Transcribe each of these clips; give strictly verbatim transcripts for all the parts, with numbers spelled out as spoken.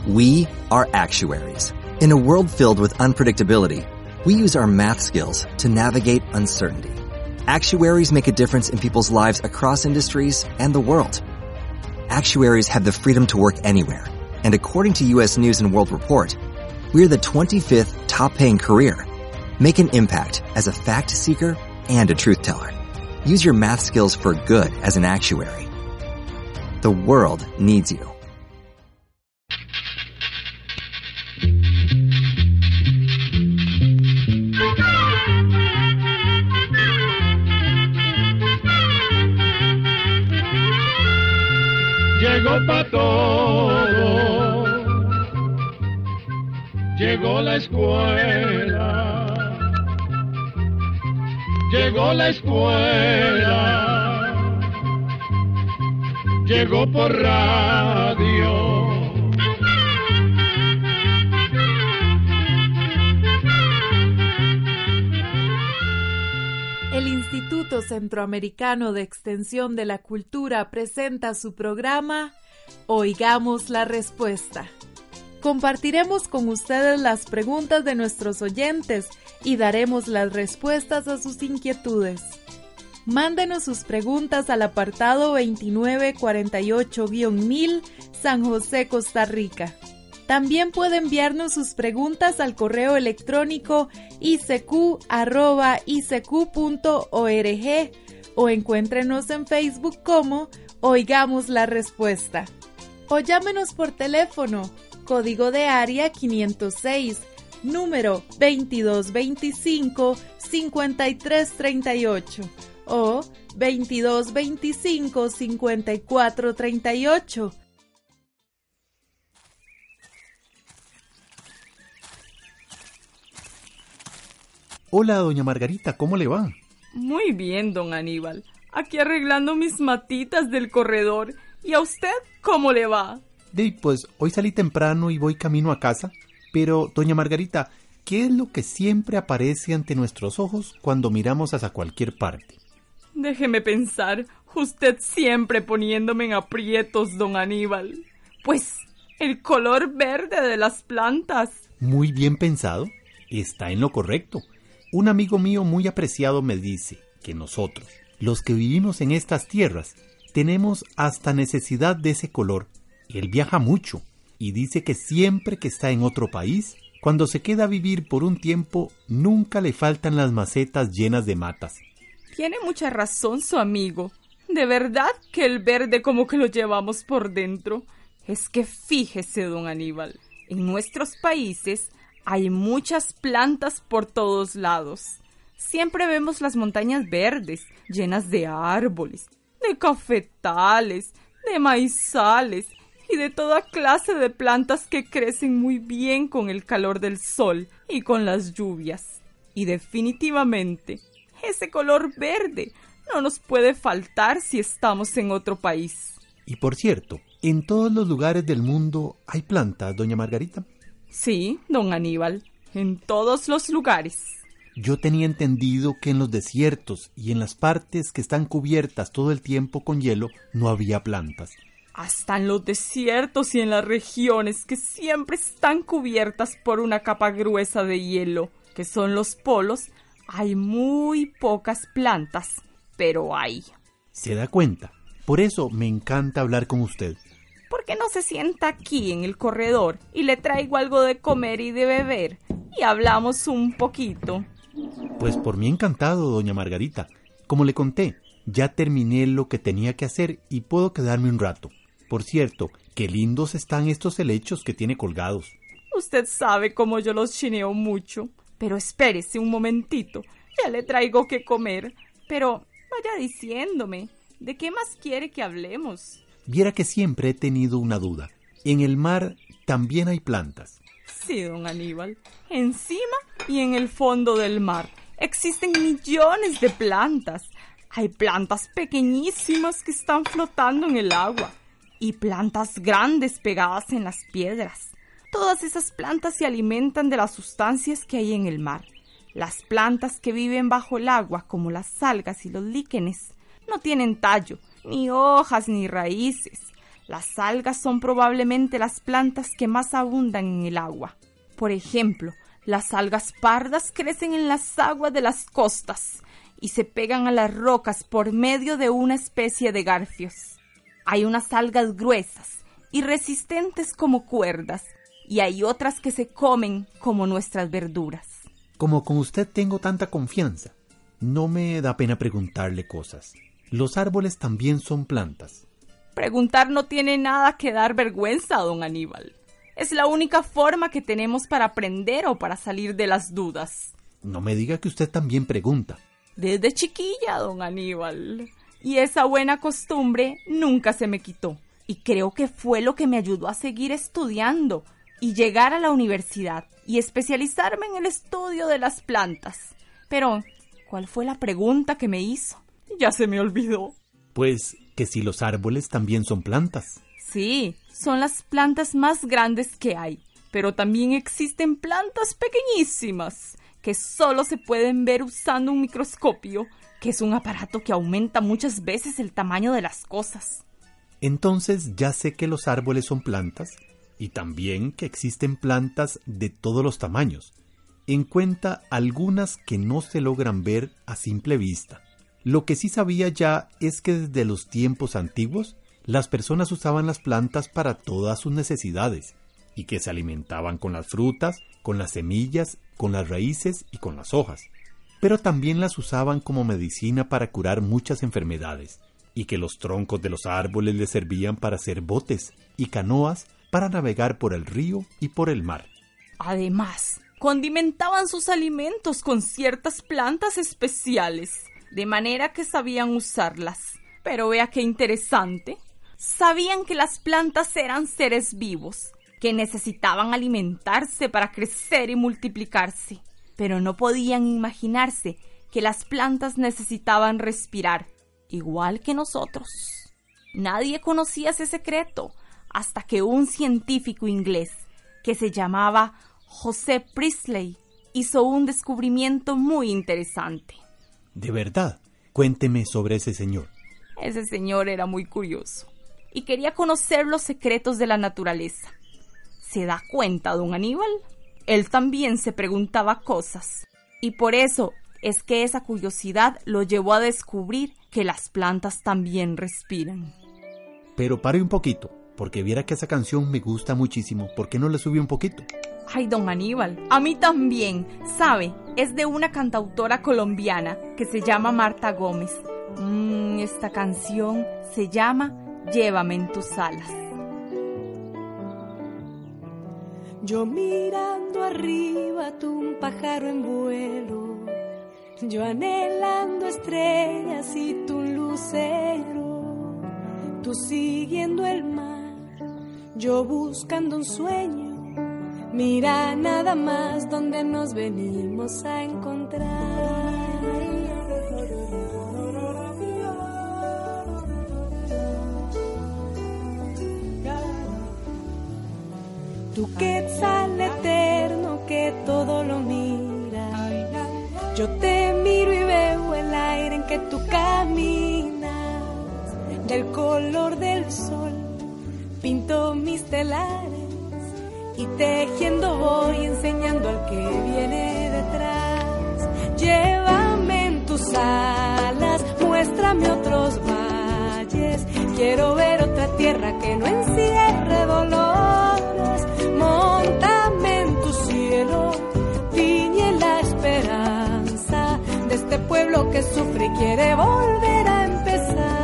We are actuaries. In a world filled with unpredictability, we use our math skills to navigate uncertainty. Actuaries make a difference in people's lives across industries and the world. Actuaries have the freedom to work anywhere, and according to U S News and World Report, we're the twenty-fifth top-paying career. Make an impact as a fact seeker and a truth teller. Use your math skills for good as an actuary. The world needs you. Llegó pa' todo, llegó la escuela, llegó la escuela, llegó por radio. El Instituto Centroamericano de Extensión de la Cultura presenta su programa Oigamos la Respuesta. Compartiremos con ustedes las preguntas de nuestros oyentes y daremos las respuestas a sus inquietudes. Mándenos sus preguntas al apartado veintinueve cuarenta y ocho mil San José, Costa Rica. También puede enviarnos sus preguntas al correo electrónico i c q arroba i c q punto org o encuéntrenos en Facebook como Oigamos la Respuesta. O llámenos por teléfono, código de área quinientos seis, número veintidós veinticinco, cincuenta y tres treinta y ocho o veintidós veinticinco, cincuenta y cuatro treinta y ocho. Hola, doña Margarita, ¿cómo le va? Muy bien, don Aníbal. Aquí arreglando mis matitas del corredor. ¿Y a usted cómo le va? De, pues hoy salí temprano y voy camino a casa. Pero, doña Margarita, ¿qué es lo que siempre aparece ante nuestros ojos cuando miramos hacia cualquier parte? Déjeme pensar. Usted siempre poniéndome en aprietos, don Aníbal. Pues, el color verde de las plantas. Muy bien pensado. Está en lo correcto. Un amigo mío muy apreciado me dice que nosotros, los que vivimos en estas tierras, tenemos hasta necesidad de ese color. Él viaja mucho y dice que siempre que está en otro país, cuando se queda a vivir por un tiempo, nunca le faltan las macetas llenas de matas. Tiene mucha razón su amigo. De verdad que el verde como que lo llevamos por dentro. Es que fíjese, don Aníbal, en nuestros países hay muchas plantas por todos lados. Siempre vemos las montañas verdes, llenas de árboles, de cafetales, de maizales y de toda clase de plantas que crecen muy bien con el calor del sol y con las lluvias. Y definitivamente, ese color verde no nos puede faltar si estamos en otro país. Y por cierto, ¿en todos los lugares del mundo hay plantas, doña Margarita? Sí, don Aníbal, en todos los lugares. Yo tenía entendido que en los desiertos y en las partes que están cubiertas todo el tiempo con hielo no había plantas. Hasta en los desiertos y en las regiones que siempre están cubiertas por una capa gruesa de hielo, que son los polos, hay muy pocas plantas, pero hay. ¿Se da cuenta? Por eso me encanta hablar con usted. ¿Por qué no se sienta aquí en el corredor y le traigo algo de comer y de beber y hablamos un poquito? Pues por mí encantado, doña Margarita. Como le conté, ya terminé lo que tenía que hacer y puedo quedarme un rato. Por cierto, qué lindos están estos helechos que tiene colgados. Usted sabe cómo yo los chineo mucho. Pero espérese un momentito, ya le traigo que comer. Pero vaya diciéndome, ¿de qué más quiere que hablemos? Viera que siempre he tenido una duda. En el mar también hay plantas. Sí, don Aníbal. Encima y en el fondo del mar existen millones de plantas. Hay plantas pequeñísimas que están flotando en el agua y plantas grandes pegadas en las piedras. Todas esas plantas se alimentan de las sustancias que hay en el mar. Las plantas que viven bajo el agua, como las algas y los líquenes, no tienen tallo, ni hojas, ni raíces. Las algas son probablemente las plantas que más abundan en el agua. Por ejemplo, las algas pardas crecen en las aguas de las costas y se pegan a las rocas por medio de una especie de garfios. Hay unas algas gruesas y resistentes como cuerdas, y hay otras que se comen como nuestras verduras. Como con usted tengo tanta confianza, no me da pena preguntarle cosas. ¿Los árboles también son plantas? Preguntar no tiene nada que dar vergüenza, don Aníbal. Es la única forma que tenemos para aprender o para salir de las dudas. No me diga que usted también pregunta. Desde chiquilla, don Aníbal. Y esa buena costumbre nunca se me quitó. Y creo que fue lo que me ayudó a seguir estudiando y llegar a la universidad y especializarme en el estudio de las plantas. Pero, ¿cuál fue la pregunta que me hizo? Ya se me olvidó. Pues que si los árboles también son plantas. Sí, son las plantas más grandes que hay, pero también existen plantas pequeñísimas que solo se pueden ver usando un microscopio, que es un aparato que aumenta muchas veces el tamaño de las cosas. Entonces ya sé que los árboles son plantas y también que existen plantas de todos los tamaños, en cuenta algunas que no se logran ver a simple vista. Lo que sí sabía ya es que desde los tiempos antiguos las personas usaban las plantas para todas sus necesidades y que se alimentaban con las frutas, con las semillas, con las raíces y con las hojas. Pero también las usaban como medicina para curar muchas enfermedades y que los troncos de los árboles les servían para hacer botes y canoas para navegar por el río y por el mar. Además, condimentaban sus alimentos con ciertas plantas especiales, de manera que sabían usarlas. Pero vea qué interesante. Sabían que las plantas eran seres vivos, que necesitaban alimentarse para crecer y multiplicarse, pero no podían imaginarse que las plantas necesitaban respirar, igual que nosotros. Nadie conocía ese secreto hasta que un científico inglés, que se llamaba José Priestley, hizo un descubrimiento muy interesante. ¿De verdad? Cuénteme sobre ese señor. Ese señor era muy curioso y quería conocer los secretos de la naturaleza. ¿Se da cuenta, don Aníbal? Él también se preguntaba cosas, y por eso es que esa curiosidad lo llevó a descubrir que las plantas también respiran. Pero pare un poquito, porque viera que esa canción me gusta muchísimo. ¿Por qué no le sube un poquito? Ay, don Aníbal, a mí también. ¿Sabe? Es de una cantautora colombiana que se llama Marta Gómez. Mm, esta canción se llama Llévame en tus alas. Yo mirando arriba, tú un pájaro en vuelo. Yo anhelando estrellas y tú un lucero. Tú siguiendo el mar, yo buscando un sueño. Mira nada más donde nos venimos a encontrar. Tu quetzal eterno que todo lo mira. Yo te miro y veo el aire en que tú caminas. Del color del sol pinto mis telares y tejiendo voy enseñando al que viene detrás. Llévame en tus alas, muéstrame otros valles. Quiero ver otra tierra que no encierre dolores. Móntame en tu cielo, tiñe la esperanza de este pueblo que sufre y quiere volver a empezar.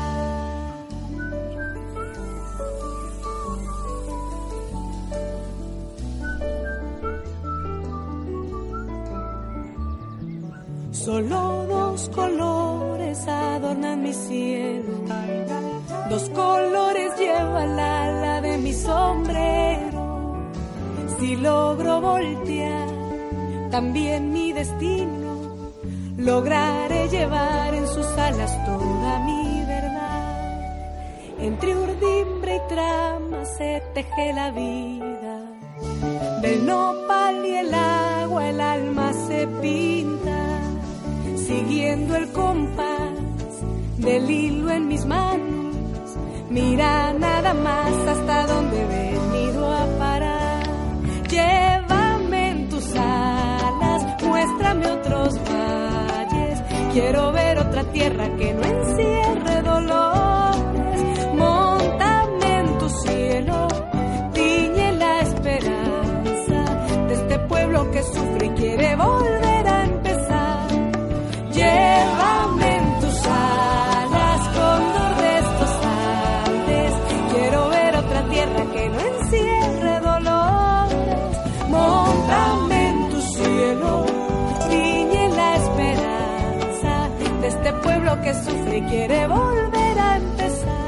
Solo dos colores adornan mi cielo, dos colores lleva el ala de mi sombrero. Si logro voltear también mi destino, lograré llevar en sus alas toda mi verdad. Entre urdimbre y trama se teje la vida, del nopal y el agua el alma se pinta, siguiendo el compás del hilo en mis manos, Mira nada más hasta dónde he venido a parar. Llévame en tus alas, muéstrame otros valles. Quiero ver otra tierra que no encierre dolores. Móntame en tu cielo, tiñe la esperanza de este pueblo que sufre y quiere volver a empezar. Llévame en tus alas, cóndor de estos Andes. Quiero ver otra tierra que no encierre dolores. Móntame en tu cielo, tiñe la esperanza de este pueblo que sufre y quiere volver a empezar.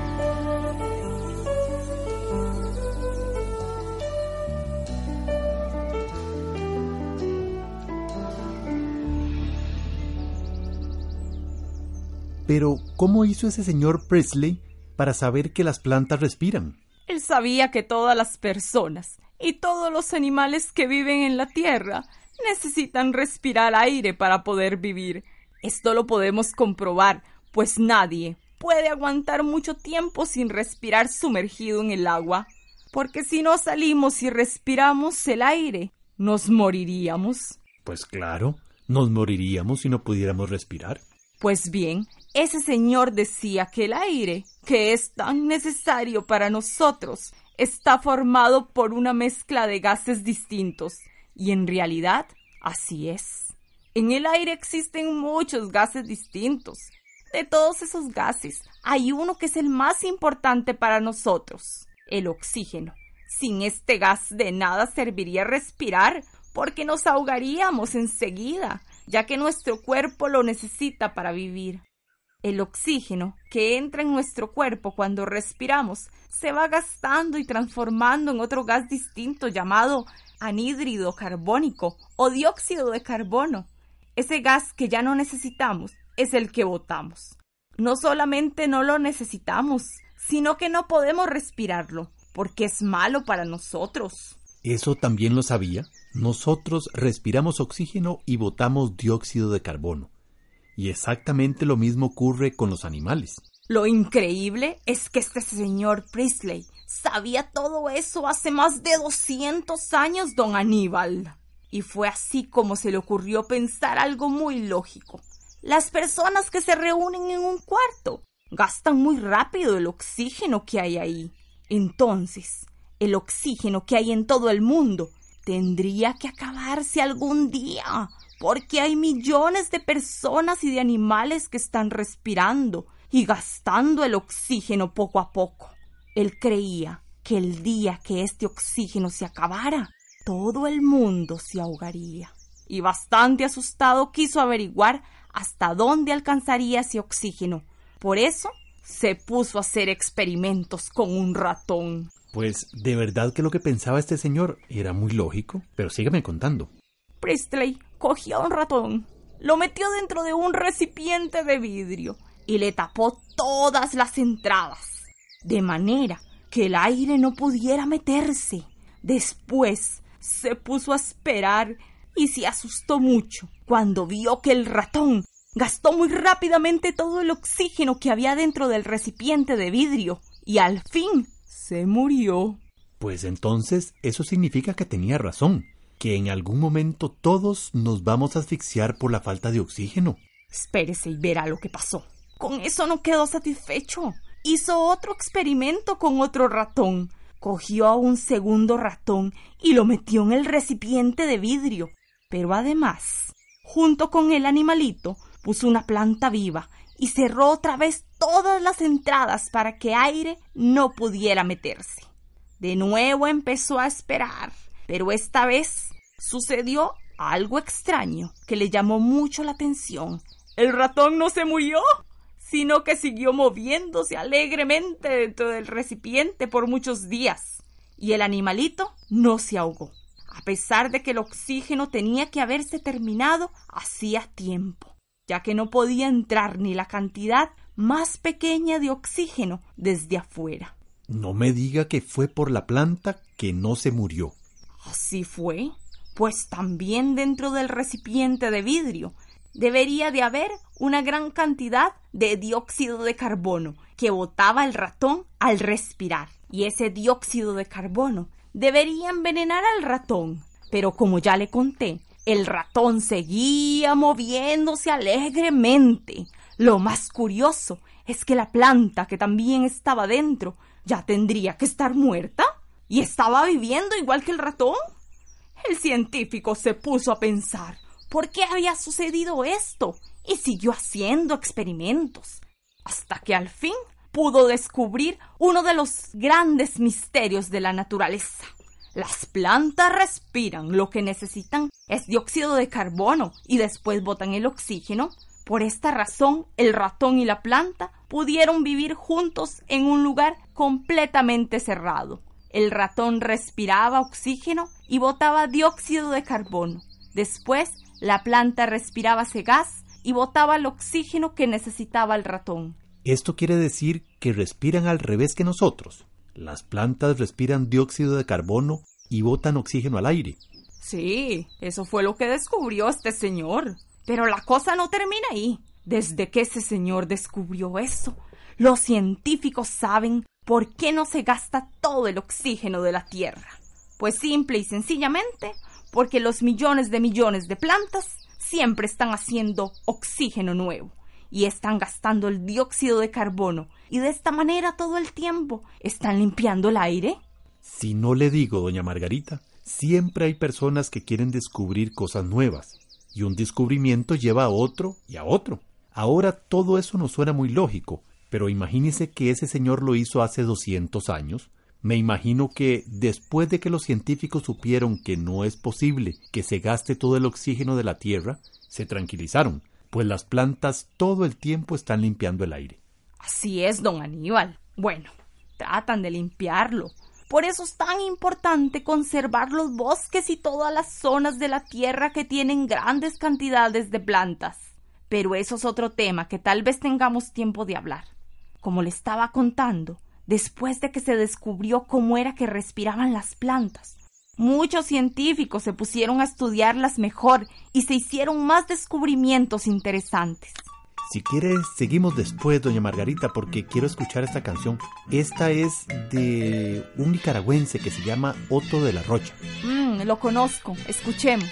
Pero, ¿cómo hizo ese señor Presley para saber que las plantas respiran? Él sabía que todas las personas y todos los animales que viven en la tierra necesitan respirar aire para poder vivir. Esto lo podemos comprobar, pues nadie puede aguantar mucho tiempo sin respirar sumergido en el agua, porque si no salimos y respiramos el aire, nos moriríamos. Pues claro, nos moriríamos si no pudiéramos respirar. Pues bien, ese señor decía que el aire, que es tan necesario para nosotros, está formado por una mezcla de gases distintos. Y en realidad, así es. En el aire existen muchos gases distintos. De todos esos gases, hay uno que es el más importante para nosotros, el oxígeno. Sin este gas de nada serviría respirar, porque nos ahogaríamos enseguida, ya que nuestro cuerpo lo necesita para vivir. El oxígeno que entra en nuestro cuerpo cuando respiramos se va gastando y transformando en otro gas distinto llamado anhídrido carbónico o dióxido de carbono. Ese gas que ya no necesitamos es el que botamos. No solamente no lo necesitamos, sino que no podemos respirarlo, porque es malo para nosotros. ¿Eso también lo sabía? Nosotros respiramos oxígeno y botamos dióxido de carbono. Y exactamente lo mismo ocurre con los animales. Lo increíble es que este señor Presley sabía todo eso hace más de doscientos años, don Aníbal. Y fue así como se le ocurrió pensar algo muy lógico. Las personas que se reúnen en un cuarto gastan muy rápido el oxígeno que hay ahí. Entonces, el oxígeno que hay en todo el mundo tendría que acabarse algún día, porque hay millones de personas y de animales que están respirando y gastando el oxígeno poco a poco. Él creía que el día que este oxígeno se acabara, todo el mundo se ahogaría. Y bastante asustado quiso averiguar hasta dónde alcanzaría ese oxígeno. Por eso se puso a hacer experimentos con un ratón. Pues de verdad que lo que pensaba este señor era muy lógico, pero sígame contando. Presley cogió a un ratón, lo metió dentro de un recipiente de vidrio y le tapó todas las entradas, de manera que el aire no pudiera meterse. Después se puso a esperar y se asustó mucho cuando vio que el ratón gastó muy rápidamente todo el oxígeno que había dentro del recipiente de vidrio y al fin se murió. Pues entonces eso significa que tenía razón, que en algún momento todos nos vamos a asfixiar por la falta de oxígeno. Espérese y verá lo que pasó. Con eso no quedó satisfecho. Hizo otro experimento con otro ratón. Cogió a un segundo ratón y lo metió en el recipiente de vidrio. Pero además, junto con el animalito, puso una planta viva y cerró otra vez todas las entradas para que aire no pudiera meterse. De nuevo empezó a esperar, pero esta vez sucedió algo extraño que le llamó mucho la atención. El ratón no se murió, sino que siguió moviéndose alegremente dentro del recipiente por muchos días, y el animalito no se ahogó, a pesar de que el oxígeno tenía que haberse terminado hacía tiempo, ya que no podía entrar ni la cantidad más pequeña de oxígeno desde afuera. No me diga que fue por la planta que no se murió. Así fue, pues también dentro del recipiente de vidrio debería de haber una gran cantidad de dióxido de carbono que botaba el ratón al respirar. Y ese dióxido de carbono debería envenenar al ratón. Pero como ya le conté, el ratón seguía moviéndose alegremente. Lo más curioso es que la planta que también estaba dentro ya tendría que estar muerta y estaba viviendo igual que el ratón. El científico se puso a pensar por qué había sucedido esto y siguió haciendo experimentos, hasta que al fin pudo descubrir uno de los grandes misterios de la naturaleza. Las plantas respiran, lo que necesitan es dióxido de carbono y después botan el oxígeno. Por esta razón, el ratón y la planta pudieron vivir juntos en un lugar completamente cerrado. El ratón respiraba oxígeno y botaba dióxido de carbono. Después, la planta respiraba ese gas y botaba el oxígeno que necesitaba el ratón. Esto quiere decir que respiran al revés que nosotros. Las plantas respiran dióxido de carbono y botan oxígeno al aire. Sí, eso fue lo que descubrió este señor. Pero la cosa no termina ahí. Desde que ese señor descubrió eso, los científicos saben por qué no se gasta todo el oxígeno de la Tierra. Pues simple y sencillamente, porque los millones de millones de plantas siempre están haciendo oxígeno nuevo y están gastando el dióxido de carbono y de esta manera todo el tiempo están limpiando el aire. Si no le digo, doña Margarita, siempre hay personas que quieren descubrir cosas nuevas y un descubrimiento lleva a otro y a otro. Ahora todo eso nos suena muy lógico, pero imagínese que ese señor lo hizo hace doscientos años. Me imagino que después de que los científicos supieron que no es posible que se gaste todo el oxígeno de la Tierra, se tranquilizaron, pues las plantas todo el tiempo están limpiando el aire. Así es, don Aníbal. Bueno, tratan de limpiarlo. Por eso es tan importante conservar los bosques y todas las zonas de la Tierra que tienen grandes cantidades de plantas. Pero eso es otro tema que tal vez tengamos tiempo de hablar. Como le estaba contando, después de que se descubrió cómo era que respiraban las plantas, muchos científicos se pusieron a estudiarlas mejor y se hicieron más descubrimientos interesantes. Si quiere, seguimos después, doña Margarita, porque quiero escuchar esta canción. Esta es de un nicaragüense que se llama Otto de la Rocha. Mm, lo conozco. Escuchemos.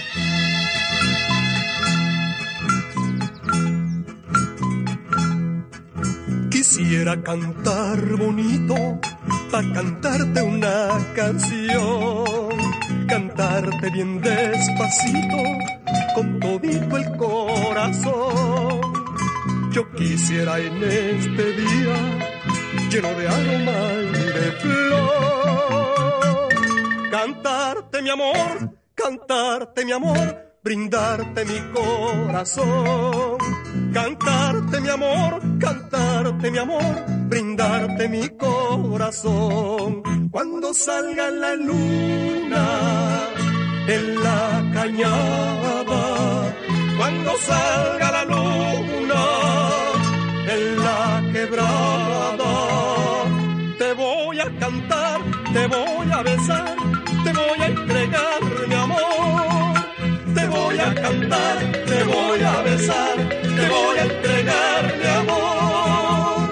Quisiera cantar bonito, pa' cantarte una canción, cantarte bien despacito, con todito el corazón. Yo quisiera en este día, lleno de aroma y de flor, cantarte mi amor, cantarte mi amor, brindarte mi corazón. Cantarte mi amor, cantarte mi amor, brindarte mi corazón. Cuando salga la luna en la cañada, cuando salga la luna en la quebrada, te voy a cantar, te voy a besar, te voy a entregar mi amor. Te voy a cantar, te voy a besar, te voy a entregar mi amor.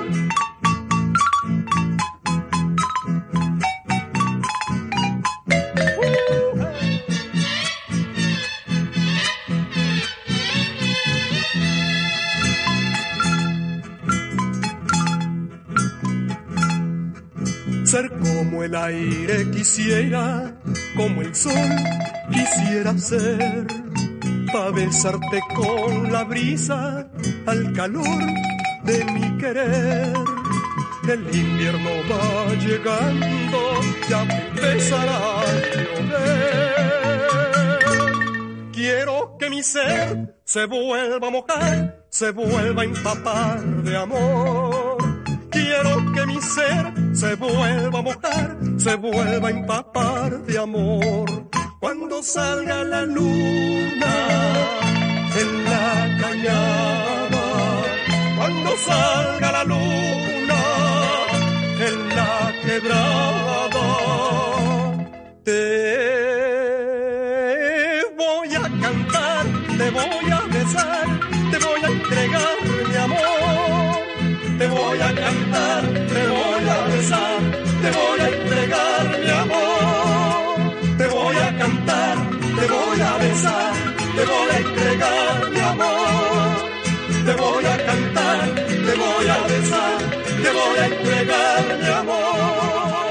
Ser como el aire quisiera, como el sol quisiera ser, pa' besarte con la brisa al calor de mi querer. El invierno va llegando, ya empezará a llover. Quiero que mi ser se vuelva a mojar, se vuelva a empapar de amor. Quiero que mi ser se vuelva a mojar, se vuelva a empapar de amor. Cuando salga la luna en la cañada, cuando salga la luna en la quebrada, te voy a cantar, te voy a besar, besar, te voy a entregar mi amor. Te voy a cantar, te voy a besar, te voy a entregar mi amor. Te voy a cantar, te voy a besar, te voy a entregar mi amor. Te voy a cantar, te voy a besar, te voy a entregar mi amor.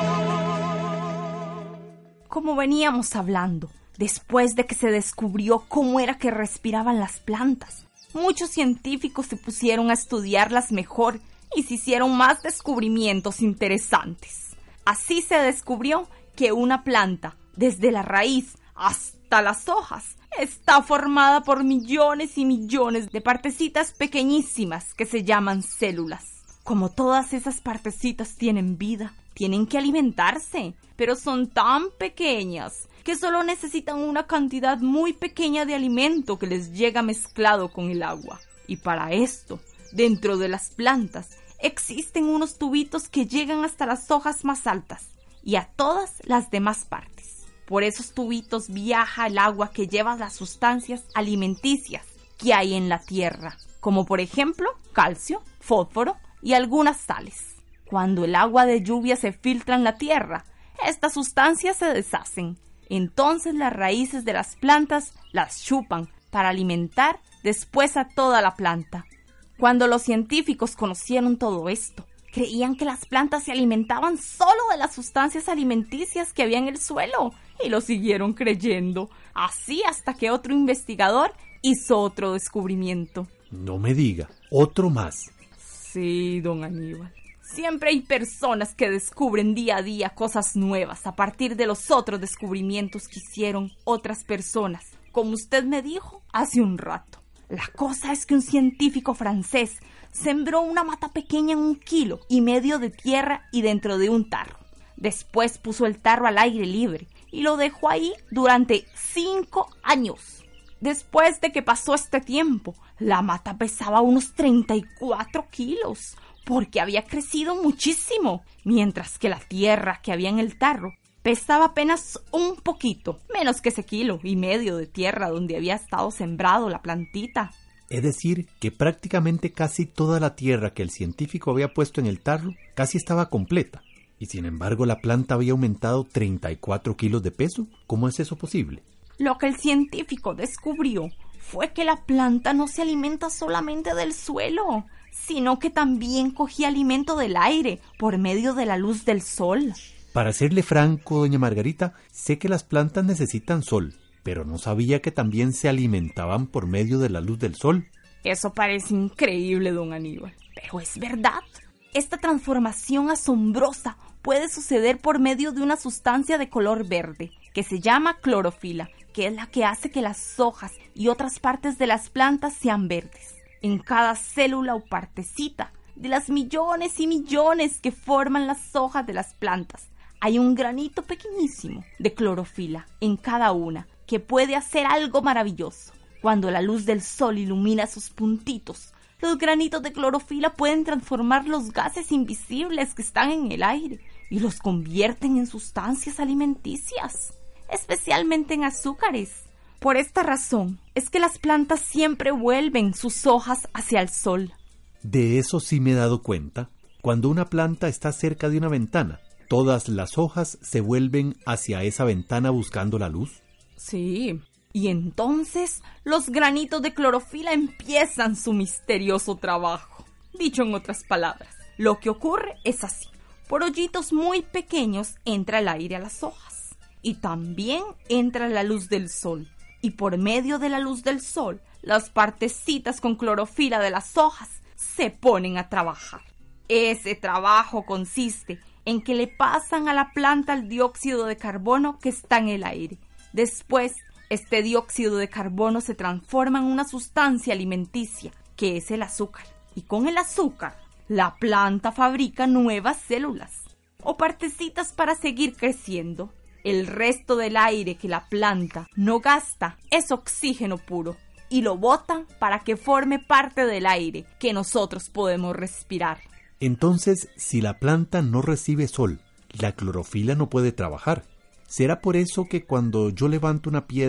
Como veníamos hablando, después de que se descubrió cómo era que respiraban las plantas, muchos científicos se pusieron a estudiarlas mejor y se hicieron más descubrimientos interesantes. Así se descubrió que una planta, desde la raíz hasta las hojas, está formada por millones y millones de partecitas pequeñísimas que se llaman células. Como todas esas partecitas tienen vida, tienen que alimentarse, pero son tan pequeñas que solo necesitan una cantidad muy pequeña de alimento que les llega mezclado con el agua. Y para esto, dentro de las plantas, existen unos tubitos que llegan hasta las hojas más altas y a todas las demás partes. Por esos tubitos viaja el agua que lleva las sustancias alimenticias que hay en la tierra, como por ejemplo calcio, fósforo y algunas sales. Cuando el agua de lluvia se filtra en la tierra, estas sustancias se deshacen. Entonces las raíces de las plantas las chupan para alimentar después a toda la planta. Cuando los científicos conocieron todo esto, creían que las plantas se alimentaban solo de las sustancias alimenticias que había en el suelo y lo siguieron creyendo, así hasta que otro investigador hizo otro descubrimiento. No me diga, otro más. Sí, don Aníbal. Siempre hay personas que descubren día a día cosas nuevas a partir de los otros descubrimientos que hicieron otras personas, como usted me dijo hace un rato. La cosa es que un científico francés sembró una mata pequeña en un kilo y medio de tierra y dentro de un tarro. Después puso el tarro al aire libre y lo dejó ahí durante cinco años. Después de que pasó este tiempo, la mata pesaba unos treinta y cuatro kilos, porque había crecido muchísimo, mientras que la tierra que había en el tarro pesaba apenas un poquito, menos que ese kilo y medio de tierra donde había estado sembrado la plantita. Es decir, que prácticamente casi toda la tierra que el científico había puesto en el tarro casi estaba completa, y sin embargo la planta había aumentado treinta y cuatro kilos de peso. ¿Cómo es eso posible? Lo que el científico descubrió fue que la planta no se alimenta solamente del suelo, sino que también cogía alimento del aire por medio de la luz del sol. Para serle franco, doña Margarita, sé que las plantas necesitan sol, pero no sabía que también se alimentaban por medio de la luz del sol. Eso parece increíble, don Aníbal, pero es verdad. Esta transformación asombrosa puede suceder por medio de una sustancia de color verde, que se llama clorofila, que es la que hace que las hojas y otras partes de las plantas sean verdes. En cada célula o partecita de las millones y millones que forman las hojas de las plantas, hay un granito pequeñísimo de clorofila en cada una, que puede hacer algo maravilloso. Cuando la luz del sol ilumina sus puntitos, los granitos de clorofila pueden transformar los gases invisibles que están en el aire y los convierten en sustancias alimenticias, especialmente en azúcares. Por esta razón es que las plantas siempre vuelven sus hojas hacia el sol. De eso sí me he dado cuenta. Cuando una planta está cerca de una ventana, todas las hojas se vuelven hacia esa ventana buscando la luz. Sí, y entonces los granitos de clorofila empiezan su misterioso trabajo. Dicho en otras palabras, lo que ocurre es así. Por hoyitos muy pequeños entra el aire a las hojas y también entra la luz del sol. Y por medio de la luz del sol, las partecitas con clorofila de las hojas se ponen a trabajar. Ese trabajo consiste en que le pasan a la planta el dióxido de carbono que está en el aire. Después, este dióxido de carbono se transforma en una sustancia alimenticia, que es el azúcar. Y con el azúcar, la planta fabrica nuevas células o partecitas para seguir creciendo. El resto del aire que la planta no gasta es oxígeno puro y lo botan para que forme parte del aire que nosotros podemos respirar. Entonces, si la planta no recibe sol, la clorofila no puede trabajar. ¿Será por eso que cuando yo levanto una piedra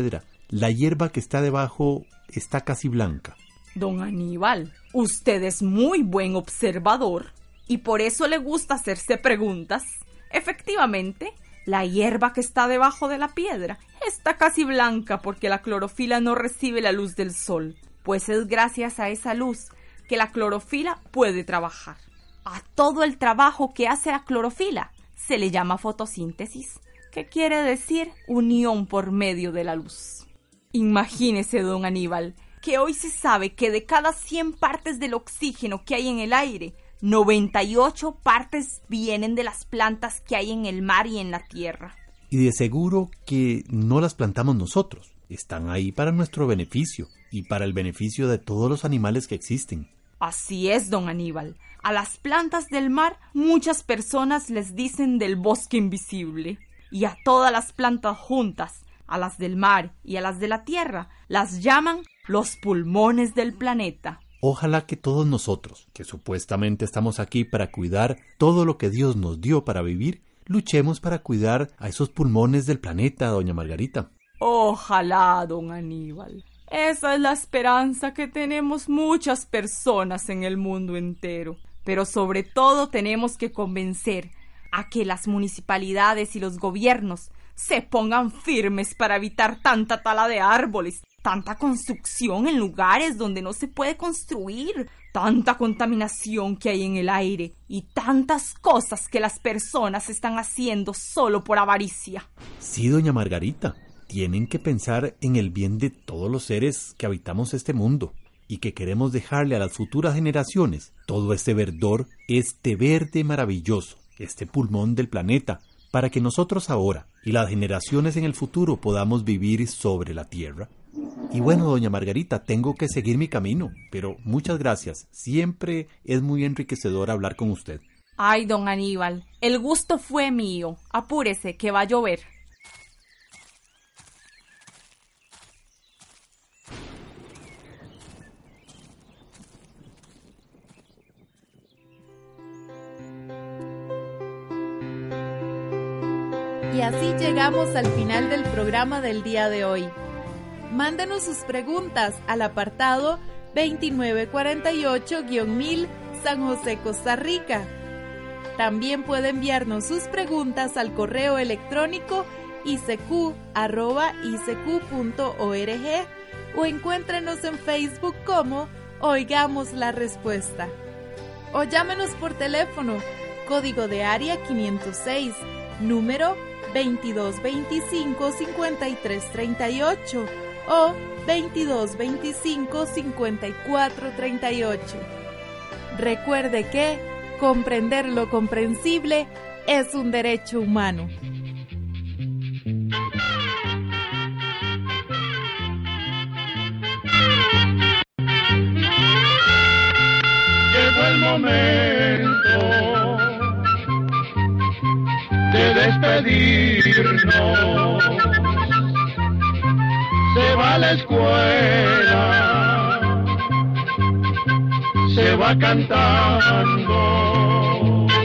la hierba que está debajo está casi blanca. Don Aníbal, usted es muy buen observador y por eso le gusta hacerse preguntas. Efectivamente, la hierba que está debajo de la piedra está casi blanca porque la clorofila no recibe la luz del sol, pues es gracias a esa luz que la clorofila puede trabajar. A todo el trabajo que hace la clorofila se le llama fotosíntesis, que quiere decir unión por medio de la luz. Imagínese, don Aníbal, que hoy se sabe que de cada cien partes del oxígeno que hay en el aire, noventa y ocho partes vienen de las plantas que hay en el mar y en la tierra. Y de seguro que no las plantamos nosotros. Están ahí para nuestro beneficio y para el beneficio de todos los animales que existen. Así es, don Aníbal. A las plantas del mar muchas personas les dicen del bosque invisible. Y a todas las plantas juntas, a las del mar y a las de la tierra, las llaman los pulmones del planeta. Ojalá que todos nosotros, que supuestamente estamos aquí para cuidar todo lo que Dios nos dio para vivir, luchemos para cuidar a esos pulmones del planeta, doña Margarita. Ojalá, don Aníbal. Esa es la esperanza que tenemos muchas personas en el mundo entero. Pero sobre todo tenemos que convencer a que las municipalidades y los gobiernos se pongan firmes para evitar tanta tala de árboles, tanta construcción en lugares donde no se puede construir, tanta contaminación que hay en el aire y tantas cosas que las personas están haciendo solo por avaricia. Sí, doña Margarita, tienen que pensar en el bien de todos los seres que habitamos este mundo y que queremos dejarle a las futuras generaciones todo este verdor, este verde maravilloso, este pulmón del planeta, para que nosotros ahora y las generaciones en el futuro podamos vivir sobre la tierra. Y bueno, doña Margarita, tengo que seguir mi camino, pero muchas gracias. Siempre es muy enriquecedor hablar con usted. Ay, don Aníbal, el gusto fue mío. Apúrese, que va a llover. Y así llegamos al final del programa del día de hoy. Mándenos sus preguntas al apartado veintinueve cuarenta y ocho guión mil San José, Costa Rica. También puede enviarnos sus preguntas al correo electrónico i c q arroba i c q punto org o encuéntrenos en Facebook como Oigamos la Respuesta. O llámenos por teléfono, código de área quinientos seis, número veintidós veinticinco cincuenta y tres treinta y ocho o veintidós veinticinco cincuenta y cuatro treinta y ocho. Recuerde que comprender lo comprensible es un derecho humano. Llegó el momento de despedirnos. Se va a la escuela, se va cantando.